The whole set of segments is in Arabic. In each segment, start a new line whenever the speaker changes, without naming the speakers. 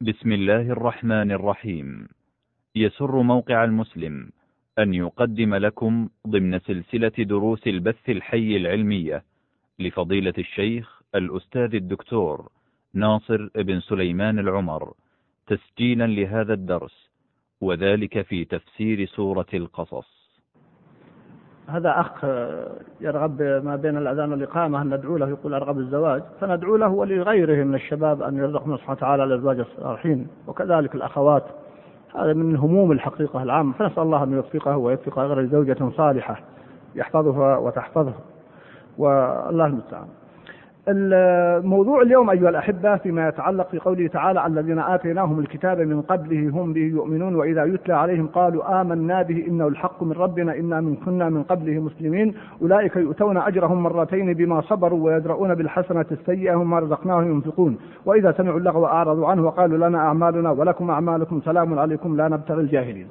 بسم الله الرحمن الرحيم. يسر موقع المسلم أن يقدم لكم ضمن سلسلة دروس البث الحي العلمية لفضيلة الشيخ الأستاذ الدكتور ناصر بن سليمان العمر تسجيلا لهذا الدرس، وذلك في تفسير سورة القصص.
هذا أخ يرغب ما بين الأذان والإقامة أن ندعو له، يقول أرغب الزواج، فندعو له ولغيره من الشباب أن يرزقنا سبحانه وتعالى الأزواج الصالحين، وكذلك الأخوات. هذا من هموم الحقيقة العامة، فنسأل الله أن يوفقه ويوفق غير زوجة صالحة يحفظها وتحفظه، والله المستعان. الموضوع اليوم أيها الأحبة فيما يتعلق في قوله تعالى: الذين آتيناهم الكتاب من قبله هم به يؤمنون وإذا يتلى عليهم قالوا آمنا به إنه الحق من ربنا إنا كنا من قبله مسلمين أولئك يؤتون أجرهم مرتين بما صبروا ويدرؤون بالحسنة السيئة وما رزقناهم ينفقون وإذا سمعوا اللغو أعرضوا عنه وقالوا لنا أعمالنا ولكم أعمالكم سلام عليكم لا نبتغي الجاهلين.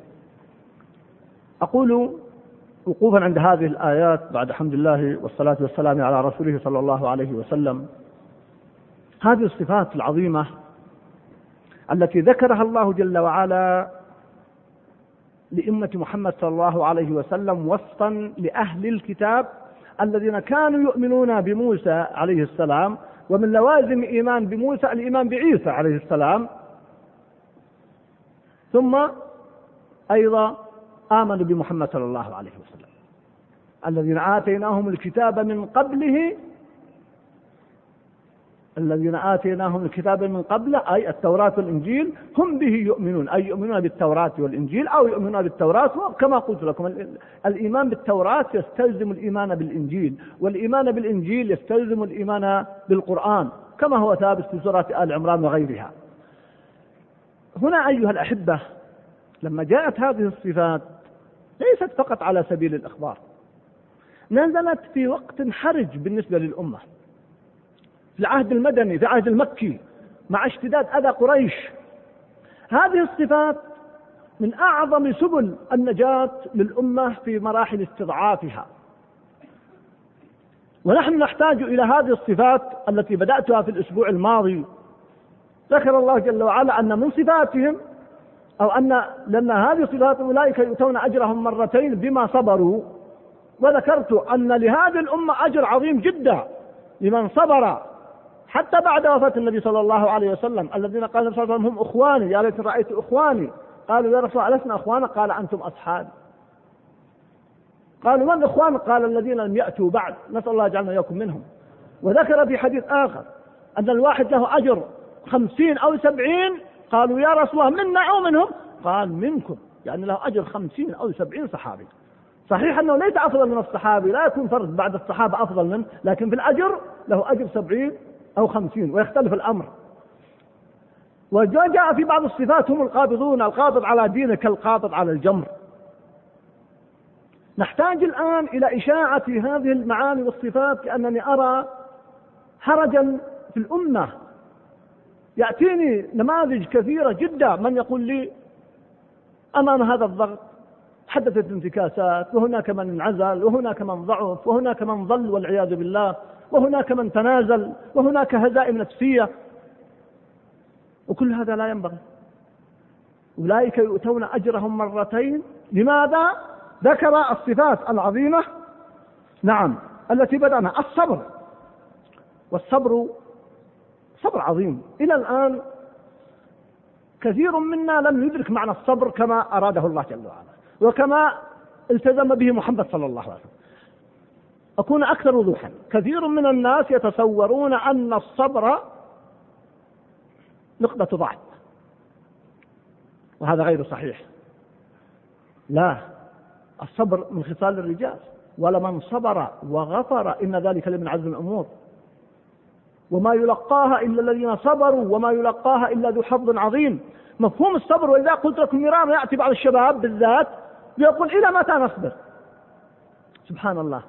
أقول وقوفا عند هذه الآيات بعد حمد الله والصلاة والسلام على رسوله صلى الله عليه وسلم، هذه الصفات العظيمة التي ذكرها الله جل وعلا لأمة محمد صلى الله عليه وسلم وصفا لأهل الكتاب الذين كانوا يؤمنون بموسى عليه السلام، ومن لوازم إيمان بموسى الإيمان بعيسى عليه السلام، ثم أيضا آمنوا بمحمد صلى الله عليه وسلم. الذين آتيناهم الكتاب من قبله، الذين آتيناهم الكتاب من قبله أي التوراة والإنجيل هم به يؤمنون، أي يؤمنون بالتوراة والإنجيل أو يؤمنون بالتوراة. وكما قلت لكم الإيمان بالتوراة يستلزم الإيمان بالإنجيل، والإيمان بالإنجيل يستلزم الإيمان بالقرآن كما هو ثابت في سورة آل عمران وغيرها. هنا أيها الأحبة لما جاءت هذه الصفات ليست فقط على سبيل الإخبار، نزلت في وقت حرج بالنسبة للأمة، في العهد المدني، في العهد المكي، مع اشتداد أذى قريش. هذه الصفات من أعظم سبل النجاة للأمة في مراحل استضعافها، ونحن نحتاج إلى هذه الصفات التي بدأتها في الأسبوع الماضي. ذكر الله جل وعلا أن من صفاتهم أو لأن هذه صفات أولئك يؤتون أجرهم مرتين بما صبروا، وذكرت أن لهذه الأمة أجر عظيم جدا لمن صبر حتى بعد وفاة النبي صلى الله عليه وسلم. الذين قال النبي صلى الله عليه وسلم هم أخواني يا ليت رأيت أخواني، قالوا يا رسول الله ألسنا أخوانا؟ قال أنتم أصحابي. قالوا من أخوان؟ قال الذين لم يأتوا بعد، نسأل الله يجعلنا إياكم منهم. وذكر في حديث آخر أن الواحد له أجر 50 أو 70. قالوا يا رسول الله منا أو منهم؟ قال منكم، يعني له أجر 50 أو 70 صحابي. صحيح أنه ليس أفضل من الصحابي، لا يكون فرد بعد الصحابة أفضل منه، لكن في الأجر له أجر 70 أو 50 ويختلف الأمر. وجاء في بعض الصفات هم القابضون، القابض على دينه كالقابض على الجمر. نحتاج الآن إلى إشاعة هذه المعاني والصفات، لأنني أرى حرجا في الأمة. يأتيني نماذج كثيرة جدا من يقول لي أمام هذا الضغط حدثت انتكاسات، وهناك من انعزل، وهناك من ضعف، وهناك من ضل والعياذ بالله، وهناك من تنازل، وهناك هزائم نفسية، وكل هذا لا ينبغي. أولئك يؤتون أجرهم مرتين. لماذا؟ ذكر الصفات العظيمة نعم التي بدأنا الصبر، والصبر صبر عظيم. إلى الآن كثير منا لم يدرك معنى الصبر كما أراده الله جل وعلا وكما التزم به محمد صلى الله عليه وسلم. أكون أكثر وضوحا، كثير من الناس يتصورون أن الصبر نقطة ضعف، وهذا غير صحيح. لا، الصبر من خصال الرجال، ولمن صبر وغفر إن ذلك لمن عزم الأمور، وما يلقاها إلا الذين صبروا وما يلقاها إلا ذو حظ عظيم. مفهوم الصبر، وإذا قلت لكم مرارا يأتي بعض الشباب بالذات يقول إلى متى نصبر؟ سبحان الله.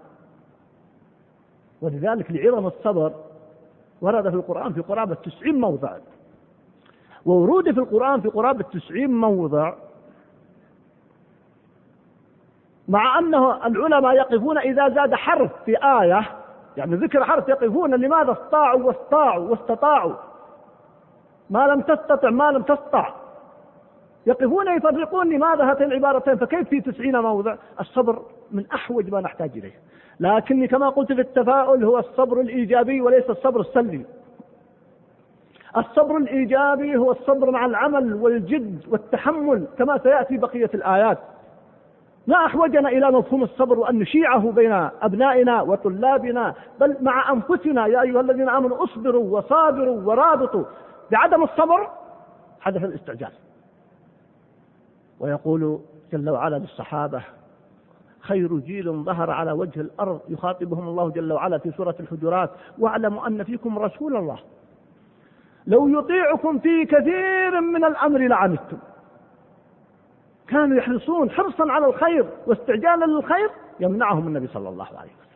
ولذلك لعظم الصبر ورد في القرآن في قرابة 90 موضع، وورود في القرآن في قرابة 90 موضع، مع أنه العلماء يقفون إذا زاد حرف في آية، يعني ذكر حرف يقفون لماذا استطاعوا واستطاعوا. ما لم تستطع ما لم تستطع. يقفون يفرقون لماذا هاتين العبارتين، فكيف في 90 موضع؟ الصبر من أحوج ما نحتاج إليه، لكني كما قلت في التفاؤل هو الصبر الإيجابي وليس الصبر السلبي. الصبر الإيجابي هو الصبر مع العمل والجد والتحمل كما سيأتي بقية الآيات. ما أحوجنا إلى مفهوم الصبر وأن نشيعه بين أبنائنا وطلابنا، بل مع أنفسنا. يا أيها الذين آمنوا اصبروا وصابروا ورابطوا. بعدم الصبر حدث الاستعجال. ويقول جل وعلا للصحابة: خير جيل ظهر على وجه الأرض، يخاطبهم الله جل وعلا في سورة الحجرات: واعلموا أن فيكم رسول الله لو يطيعكم في كثير من الأمر لعنتم. كانوا يحرصون حرصا على الخير واستعجالا للخير يمنعهم النبي صلى الله عليه وسلم.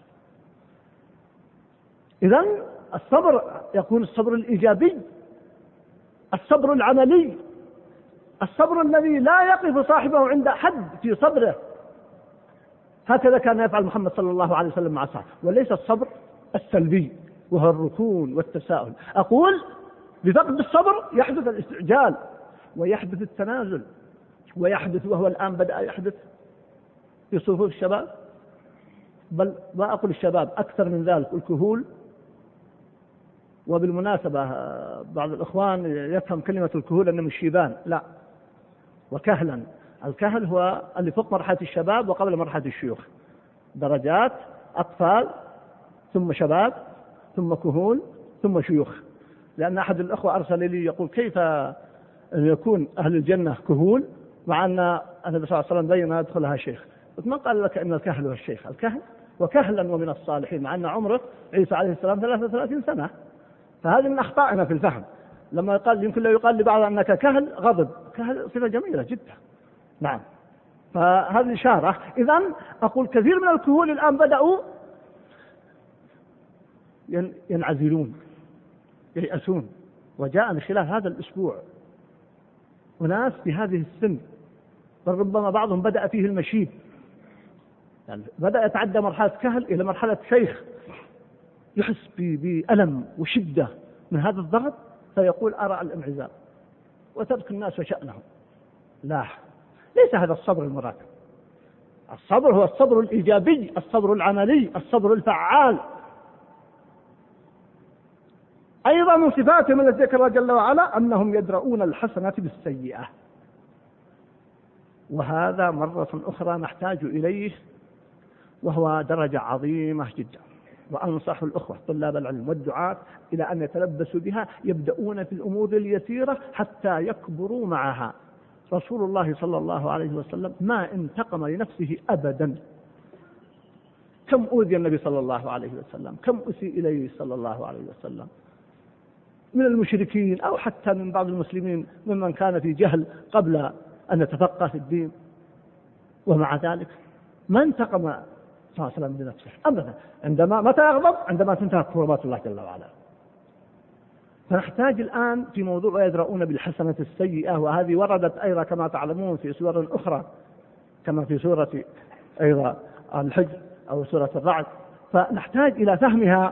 إذن الصبر يكون الصبر الإيجابي، الصبر العملي، الصبر الذي لا يقف صاحبه عند حد في صبره. هكذا كان يفعل محمد صلى الله عليه وسلم مع صاحبه، وليس الصبر السلبي وهو الركون والتساؤل. أقول بفقد الصبر يحدث الاستعجال ويحدث التنازل، ويحدث، وهو الآن بدأ يحدث في صفوف الشباب، بل ما أقول الشباب، أكثر من ذلك الكهول. وبالمناسبة بعض الإخوان يفهم كلمة الكهول أنه الشيبان، لا، وكهلا. الكهل هو اللي فوق مرحلة الشباب وقبل مرحلة الشيوخ، درجات: أطفال ثم شباب ثم كهول ثم شيوخ. لأن أحد الأخوة أرسل لي يقول: كيف أن يكون أهل الجنة كهول مع أن النبي صلى الله عليه وسلم بين يدخلها شيخ؟ قلت: من قال لك أن الكهل هو الشيخ؟ الكهل وكهلا ومن الصالحين، مع أن عمره عيسى عليه السلام 33 سنة. فهذه من أخطائنا في الفهم. لما يقال، يمكن لا يقال لبعض أنك كهل غضب، كهل صفة جميلة جدا. نعم، فهذه إشارة. إذن أقول كثير من الكهول الآن بدأوا ينعزلون، ييأسون. وجاء خلال هذا الأسبوع وناس في هذه السن، بل ربما بعضهم بدأ فيه المشيب، يعني بدأ يتعدى مرحلة كهل إلى مرحلة شيخ، يحس بألم وشدة من هذا الضغط، فيقول: أرى الانعزال وترك الناس وشأنهم. لا، ليس هذا الصبر المراد. الصبر هو الصبر الإيجابي، الصبر العملي، الصبر الفعال. أيضا من صفاتهم التي ذكرها جل وعلا أنهم يدرؤون الحسنة بالسيئة، وهذا مرة أخرى نحتاج إليه، وهو درجة عظيمة جدا. وأنصح الأخوة طلاب العلم والدعاة إلى أن يتلبسوا بها، يبدأون في الأمور اليسيرة حتى يكبروا معها. رسول الله صلى الله عليه وسلم ما انتقم لنفسه أبدا. كم أوذي النبي صلى الله عليه وسلم، كم أسيء إليه صلى الله عليه وسلم من المشركين أو حتى من بعض المسلمين ممن كان في جهل قبل أن يتفقه في الدين، ومع ذلك ما انتقم صلى الله عليه وسلم لنفسه أبدا. عندما متى يغضب؟ عندما تنتهك حرمات الله جل وعلا. فنحتاج الآن في موضوع يدرؤون بالحسنة السيئة، وهذه وردت أيضا كما تعلمون في سور أخرى، كما في سورة أيضا الحج أو سورة الرعد. فنحتاج إلى فهمها،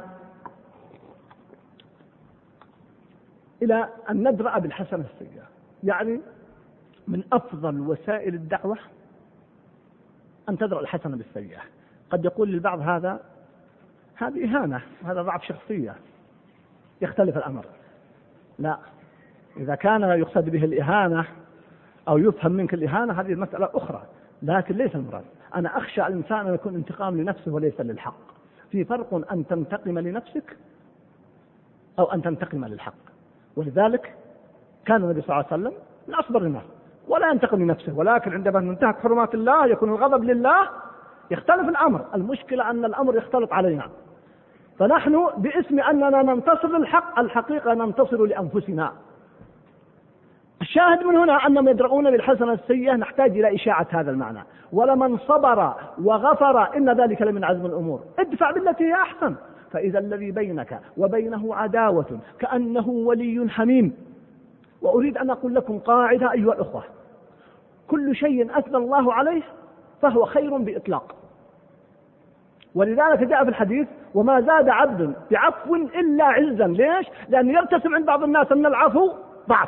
إلى أن ندرأ بالحسنة السيئة. يعني من أفضل وسائل الدعوة أن تدرأ الحسنة بالسيئة. قد يقول للبعض هذه إهانة، هذا ضعف شخصية، يختلف الأمر. لا، إذا كان يقصد به الإهانة أو يفهم منك الإهانة هذه مسألة أخرى، لكن ليس المراد. أنا أخشى الإنسان أن يكون انتقام لنفسه وليس للحق. في فرق أن تنتقم لنفسك أو أن تنتقم للحق. ولذلك كان النبي صلى الله عليه وسلم من أصبر الناس ولا ينتقم لنفسه، ولكن عندما تنتهك حرمات الله يكون الغضب لله، يختلف الأمر. المشكلة أن الأمر يختلط علينا، فنحن باسم أننا ننتصر للحق الحقيقة ننتصر لأنفسنا. الشاهد من هنا أنهم يدرؤون بالحسنة السيئة. نحتاج إلى إشاعة هذا المعنى. ولمن صبر وغفر إن ذلك لمن عزم الأمور. ادفع بالتي هي أحسن، فإذا الذي بينك وبينه عداوة كأنه ولي حميم. وأريد أن أقول لكم قاعدة أيها الأخوة: كل شيء أثنى الله عليه فهو خير بإطلاق. ولذلك جاء في الحديث: وما زاد عبد بعفو إلا عزا. ليش؟ لأن يرتسم عند بعض الناس أن العفو ضعف،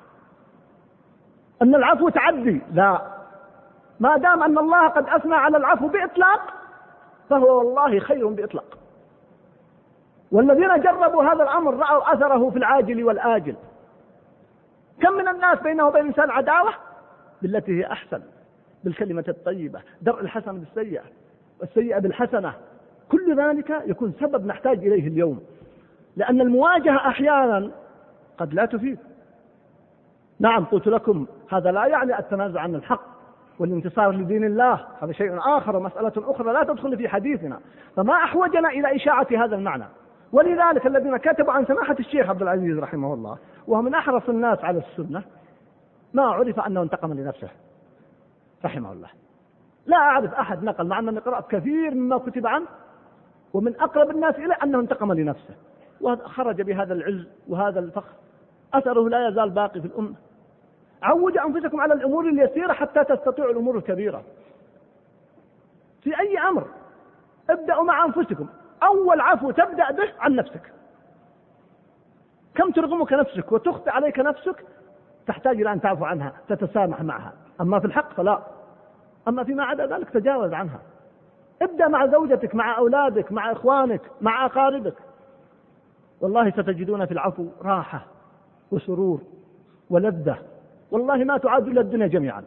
أن العفو تعدي، لا، ما دام أن الله قد أثنى على العفو بإطلاق فهو والله خير بإطلاق. والذين جربوا هذا الأمر رأوا أثره في العاجل والآجل. كم من الناس بينه وبين الإنسان عداوة بالتي هي أحسن، بالكلمة الطيبة، درء الحسن بالسيئة والسيئة بالحسنة، كل ذلك يكون سبب نحتاج إليه اليوم، لأن المواجهة أحيانا قد لا تفيد. نعم قلت لكم هذا لا يعني التنازع عن الحق والانتصار لدين الله، هذا شيء آخر ومسألة أخرى لا تدخل في حديثنا، فما أحوجنا إلى إشاعة هذا المعنى. ولذلك الذين كتبوا عن سماحة الشيخ عبد العزيز رحمه الله وهو من أحرص الناس على السنة ما عرف أنه انتقم لنفسه رحمه الله. لا أعرف أحد نقل، مع أنني قرأت كثير مما كتب عنه ومن أقرب الناس إليه أنه انتقم لنفسه، وخرج بهذا العز وهذا الفخر، أثره لا يزال باقي في الأمة. عودوا أنفسكم على الأمور اليسيرة حتى تستطيعوا الأمور الكبيرة. في أي أمر ابدأوا مع أنفسكم، أول عفو تبدأ به عن نفسك. كم ترغمك نفسك وتخطئ عليك نفسك، تحتاج إلى أن تعفو عنها، تتسامح معها. أما في الحق فلا، أما فيما عدا ذلك تجاوز عنها. ابدأ مع زوجتك، مع أولادك، مع إخوانك، مع أقاربك، والله ستجدون في العفو راحة وسرور ولذة والله ما تعاد إلا الدنيا جميعا.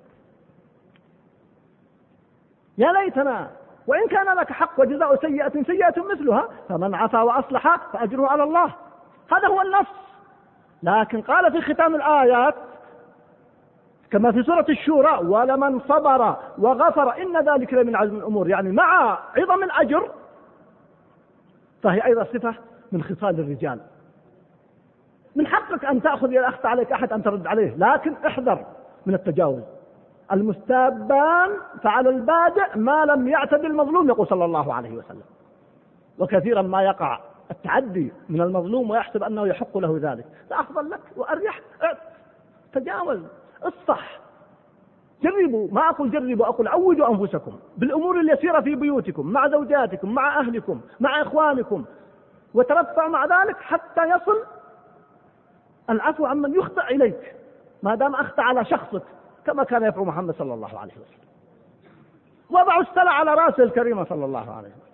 يا ليتنا وإن كان لك حق وجزاء سيئة سيئة مثلها، فمن عفا وأصلح فأجره على الله، هذا هو النص. لكن قال في ختام الآيات كما في سورة الشورى: ولمن صبر وغفر إن ذلك لمن عزم الأمور، يعني مع عظم الأجر، فهي أيضا صفة من خصال الرجال. من حقك أن تأخذ إذا أخطأ عليك أحد أن ترد عليه، لكن احذر من التجاوز. المستابان فعلى البادئ ما لم يعتد المظلوم، يقول صلى الله عليه وسلم. وكثيرا ما يقع التعدي من المظلوم ويحسب أنه يحق له ذلك، فأفضل لك وأريح، تجاوز، الصح. جربوا، ما أقول جربوا، أقول عودوا أنفسكم بالأمور اليسيرة في بيوتكم، مع زوجاتكم، مع أهلكم، مع إخوانكم، وترفعوا مع ذلك حتى يصل العفو عمن يخطئ إليك، ما دام أخطأ على شخصك كما كان يفعل محمد صلى الله عليه وسلم. وضعوا السلع على رأسه الكريمة صلى الله عليه وسلم.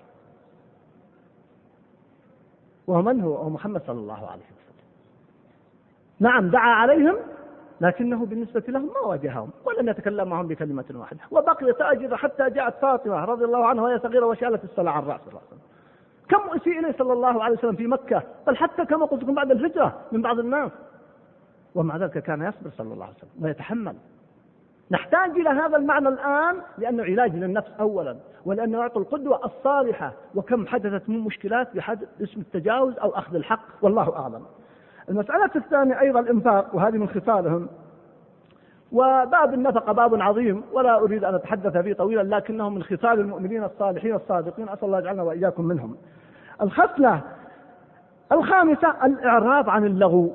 ومن هو محمد صلى الله عليه وسلم؟ نعم دعا عليهم، لكنه بالنسبة لهم ما واجههم ولم يتكلم معهم بكلمة واحدة، وبقي ساجدا حتى جاءت فاطمة رضي الله عنها وهي صغيرة وشالت السلع عن رأس الرأس. كم أسيء إليه صلى الله عليه وسلم في مكة، بل حتى كما قلت لكم بعد الهجرة من بعض الناس، ومع ذلك كان يصبر صلى الله عليه وسلم ويتحمل. نحتاج إلى هذا المعنى الآن، لأنه علاج للنفس أولا، ولأنه يعطي القدوة الصالحة. وكم حدثت من مشكلات بحد اسم التجاوز أو أخذ الحق، والله أعلم. المسألة الثانية أيضا الإنفاق، وهذه من خصالهم. وباب النفقة باب عظيم ولا أريد أن أتحدث فيه طويلا، لكنه من خصال المؤمنين الصالحين الصادقين، أسأل الله يجعلنا وإياكم منهم. الخصلة الخامسة الإعراض عن اللغو،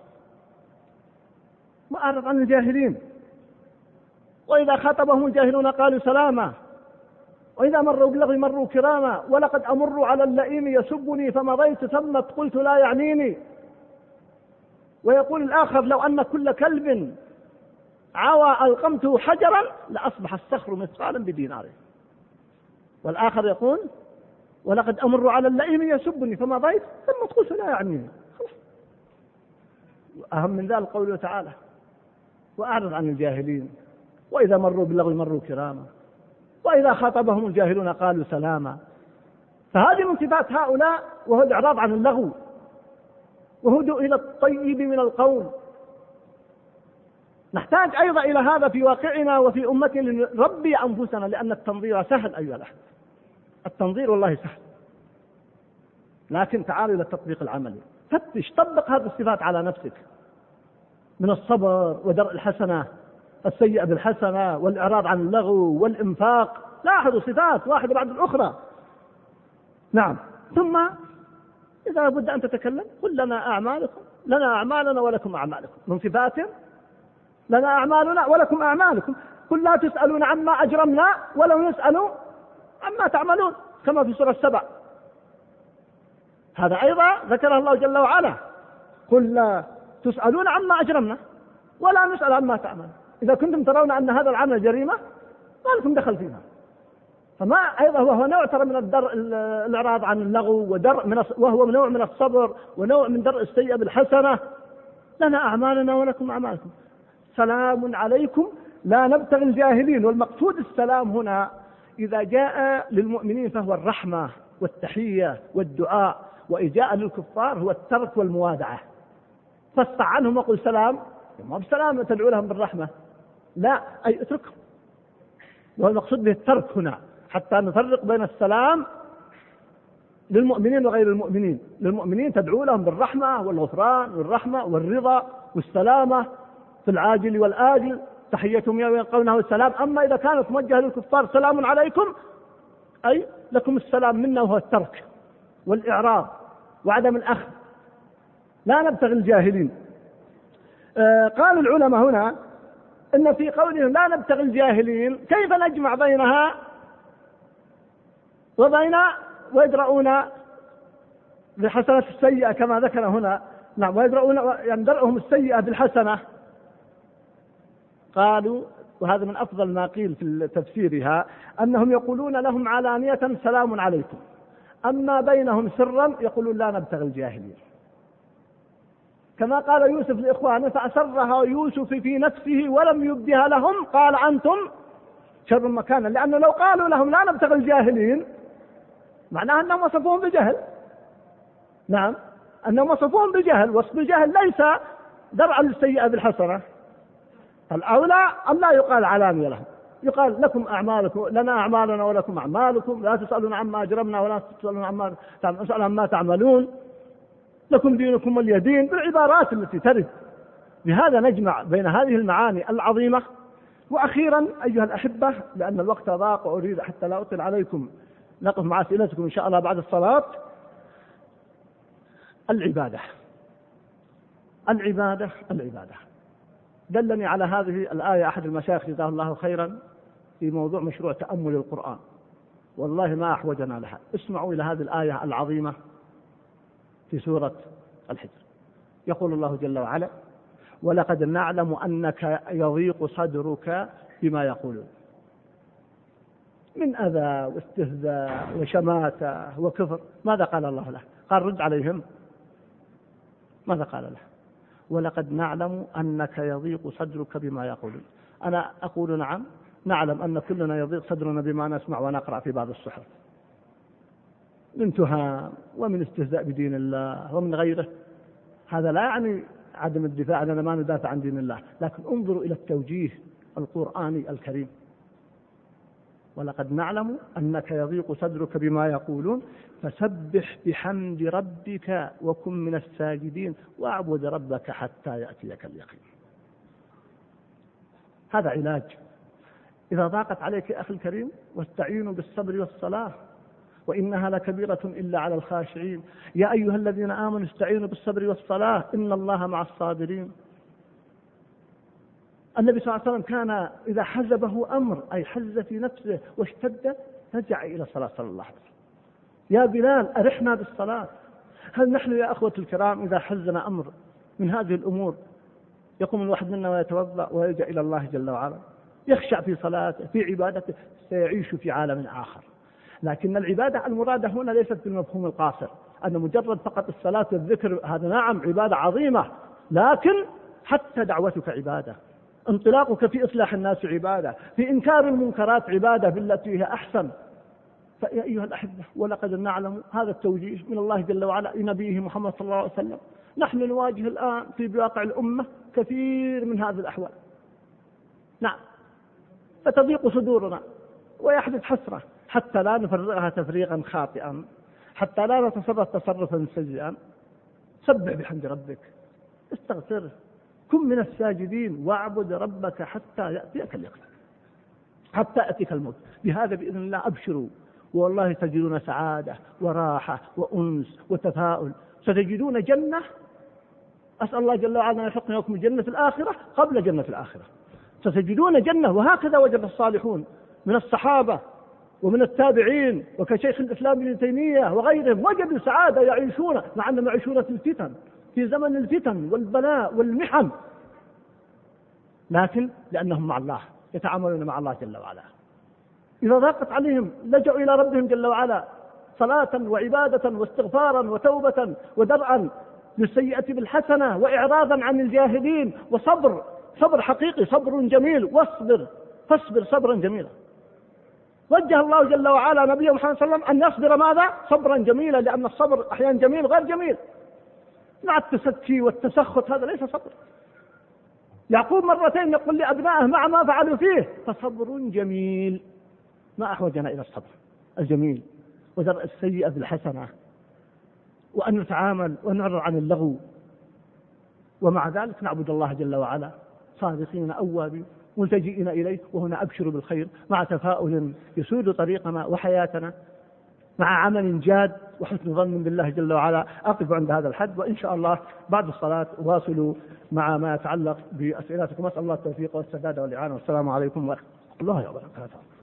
وأعرض عن الجاهلين. وإذا خاطبهم الجاهلون قالوا سلاما، وإذا مروا باللغو مروا كراما، ولقد أمر على اللئيم يسبني فمضيت ثم قلت لا يعنيني. ويقول الآخر: لو أن كل كلب عوى ألقمته حجرا لأصبح الصخر مثقالا بديناره. والآخر يقول: ولقد أمر على اللئيم يسبني فمضيت ثم قلت لا يعنيني. أهم من ذلك قوله تعالى: وأعرض عن الجاهلين وإذا مروا باللغو مروا كراما وإذا خاطبهم الجاهلون قالوا سلاما. فهذه من صفات هؤلاء، وهو الإعراض عن اللغو، وهدوا إلى الطيب من القول. نحتاج أيضا إلى هذا في واقعنا وفي أمتنا لنربي أنفسنا، لأن التنظير سهل أيها الأحبة، التنظير والله سهل، لكن تعالوا إلى التطبيق العملي. فتش، طبق هذه الصفات على نفسك من الصبر ودرء الحسنة، السيئة بالحسنة، والإعراض عن اللغو، والإنفاق. لاحظوا صفات واحدة بعد الأخرى. نعم. ثم إذا بد أن تتكلم قل لنا أعمالكم، لنا أعمالنا ولكم أعمالكم. من صفات لنا أعمالنا ولكم أعمالكم. قل لا تسألون عما أجرمنا ولو يسألوا عما تعملون، كما في سورة 7. هذا أيضا ذكره الله جل وعلا: تسألون عما أجرمنا ولا نسأل عما تعمل. إذا كنتم ترون أن هذا العمل جريمة ما لكم دخل فيها. فما أيضا هو نوع ترى من الإعراض عن اللغو، وهو نوع من الصبر، ونوع من درء السيئة بالحسنة. لنا أعمالنا ولكم أعمالكم، سلام عليكم لا نبتغي الجاهلين. والمقصود السلام هنا إذا جاء للمؤمنين فهو الرحمة والتحية والدعاء، وإذا جاء للكفار هو الترك والموادعة. فاصفح عنهم وقل سلام، ما بسلام تدعو لهم بالرحمة، لا، أي اتركهم. والمقصود به الترك هنا حتى نفرق بين السلام للمؤمنين وغير المؤمنين. للمؤمنين تدعو لهم بالرحمة والغفران والرحمة والرضا والسلامة في العاجل والآجل، تحيتهم يوم يلقونه السلام. أما إذا كانت موجهة للكفار سلام عليكم، أي لكم السلام منا، وهو الترك والإعراض وعدم الأخذ، لا نبتغي الجاهلين. قال العلماء هنا إن في قولهم لا نبتغي الجاهلين كيف نجمع بينها وبين ويدرؤون بحسنة السيئة كما ذكر هنا؟ نعم، ويدرؤون يندرؤهم السيئة بالحسنة. قالوا، وهذا من أفضل ما قيل في تفسيرها، أنهم يقولون لهم علانية سلام عليكم، أما بينهم سرا يقولون لا نبتغي الجاهلين. كما قال يوسف لإخوانه فأسرها يوسف في نفسه ولم يبدها لهم قال أنتم شر مكانا. لأنه لو قالوا لهم لا نبتغي الجاهلين معناها أنهم وصفوهم بجهل. نعم، أنهم وصفوهم بجهل. وصف الجهل ليس درعا للسيئة بالحسنة. الأولى أن لا يقال علانية لهم، يقال لكم أعمالكم لنا أعمالنا ولكم أعمالكم، لا تسألون عما أجرمنا ولا تسألون عما تعملون، لكم دينكم ولي دين، بالعبارات التي ترد. بهذا نجمع بين هذه المعاني العظيمة. وأخيرا أيها الأحبة، لأن الوقت ضاق وأريد حتى لا أطل عليكم نقف مع أسئلتكم إن شاء الله بعد الصلاة. العبادة العبادة العبادة. دلني على هذه الآية أحد المشايخ جزاه الله خيرا في موضوع مشروع تأمل القرآن، والله ما أحوجنا لها. اسمعوا إلى هذه الآية العظيمة في سورة الحجر. يقول الله جل وعلا: ولقد نعلم أنك يضيق صدرك بما يقولون من أذى واستهزاء وشماتة وكفر. ماذا قال الله له؟ قال رد عليهم. ماذا قال له؟ ولقد نعلم أنك يضيق صدرك بما يقولون. أنا أقول نعم، نعلم أن كلنا يضيق صدرنا بما نسمع ونقرأ في بعض الصحف من تهام ومن استهزاء بدين الله ومن غيره. هذا لا يعني عدم الدفاع، أننا ما ندافع عن دين الله، لكن انظروا إلى التوجيه القرآني الكريم. ولقد نعلم أنك يضيق صدرك بما يقولون فسبح بحمد ربك وكن من الساجدين واعبد ربك حتى يأتيك اليقين. هذا علاج. إذا ضاقت عليك أخي الكريم واستعينوا بالصبر والصلاة وإنها لكبيرة إلا على الخاشعين. يا أيها الذين آمنوا استعينوا بالصبر والصلاة إن الله مع الصابرين. النبي صلى الله عليه وسلم كان إذا حزبه أمر أي حز في نفسه واشتد رجع إلى الصلاة صلى الله عليه وسلم. يا بلال أرحنا بالصلاة. هل نحن يا أخوة الكرام إذا حزنا أمر من هذه الأمور يقوم الواحد منا ويتوضأ ويلجأ إلى الله جل وعلا، يخشع في صلاته في عبادته، سيعيش في عالم آخر. لكن العبادة المرادة هنا ليست بالمفهوم القاصر أن مجرد فقط الصلاة والذكر، هذا نعم عبادة عظيمة، لكن حتى دعوتك عبادة، انطلاقك في إصلاح الناس عبادة، في إنكار المنكرات عبادة بالتي هي أحسن. فيا أيها الأحبة، ولقد نعلم هذا التوجيه من الله جل وعلا لنبيه محمد صلى الله عليه وسلم. نحن نواجه الآن في واقع الأمة كثير من هذه الأحوال، نعم، فتضيق صدورنا ويحدث حسرة حتى لا نفرغها تفريغا خاطئا، حتى لا نتصرف تصرفا سيئا. سبح بحمد ربك، استغفره، كن من الساجدين واعبد ربك حتى يأتيك اليقين، حتى يأتيك الموت. بهذا بإذن الله أبشروا، والله تجدون سعادة وراحة وأنس وتفاؤل، ستجدون جنة. أسأل الله جل وعلا أن يحقنا لكم جنة الآخرة قبل جنة الآخرة. ستجدون جنة، وهكذا وجد الصالحون من الصحابة ومن التابعين وكشيخ الإسلام ابن تيمية وغيرهم، وجدوا سعادة يعيشون مع أنهم يعيشون في الفتن في زمن الفتن والبلاء والمحن، لكن لأنهم مع الله يتعاملون مع الله جل وعلا. إذا ضاقت عليهم لجأوا إلى ربهم جل وعلا صلاة وعبادة واستغفارا وتوبة ودرءا للسيئة بالحسنة وإعراضا عن الجاهلين وصبر، صبر حقيقي، صبر جميل، فاصبر صبرا جميلا. وجه الله جل وعلا نبيه محمد صلى الله عليه وسلم أن يصبر ماذا؟ صبرا جميلا، لأن الصبر أحيانا جميل غير جميل، مع التسكي والتسخط هذا ليس صبر. يعقوب مرتين يقول لأبنائه مع ما فعلوا فيه فصبر جميل. ما أحوجنا إلى الصبر الجميل ودرء السيئة بالحسنة، وأن نتعامل ونعرض عن اللغو، ومع ذلك نعبد الله جل وعلا صادقين أوابين ملتجئين إليه. وهنا أبشر بالخير مع تفاؤل يسود طريقنا وحياتنا، مع عمل جاد وحسن ظن بالله جل وعلا. أقف عند هذا الحد، وإن شاء الله بعد الصلاة واصلوا مع ما يتعلق بأسئلتكم. أسأل الله التوفيق والسداد والإعانة، والسلام عليكم ورحمة الله وبركاته.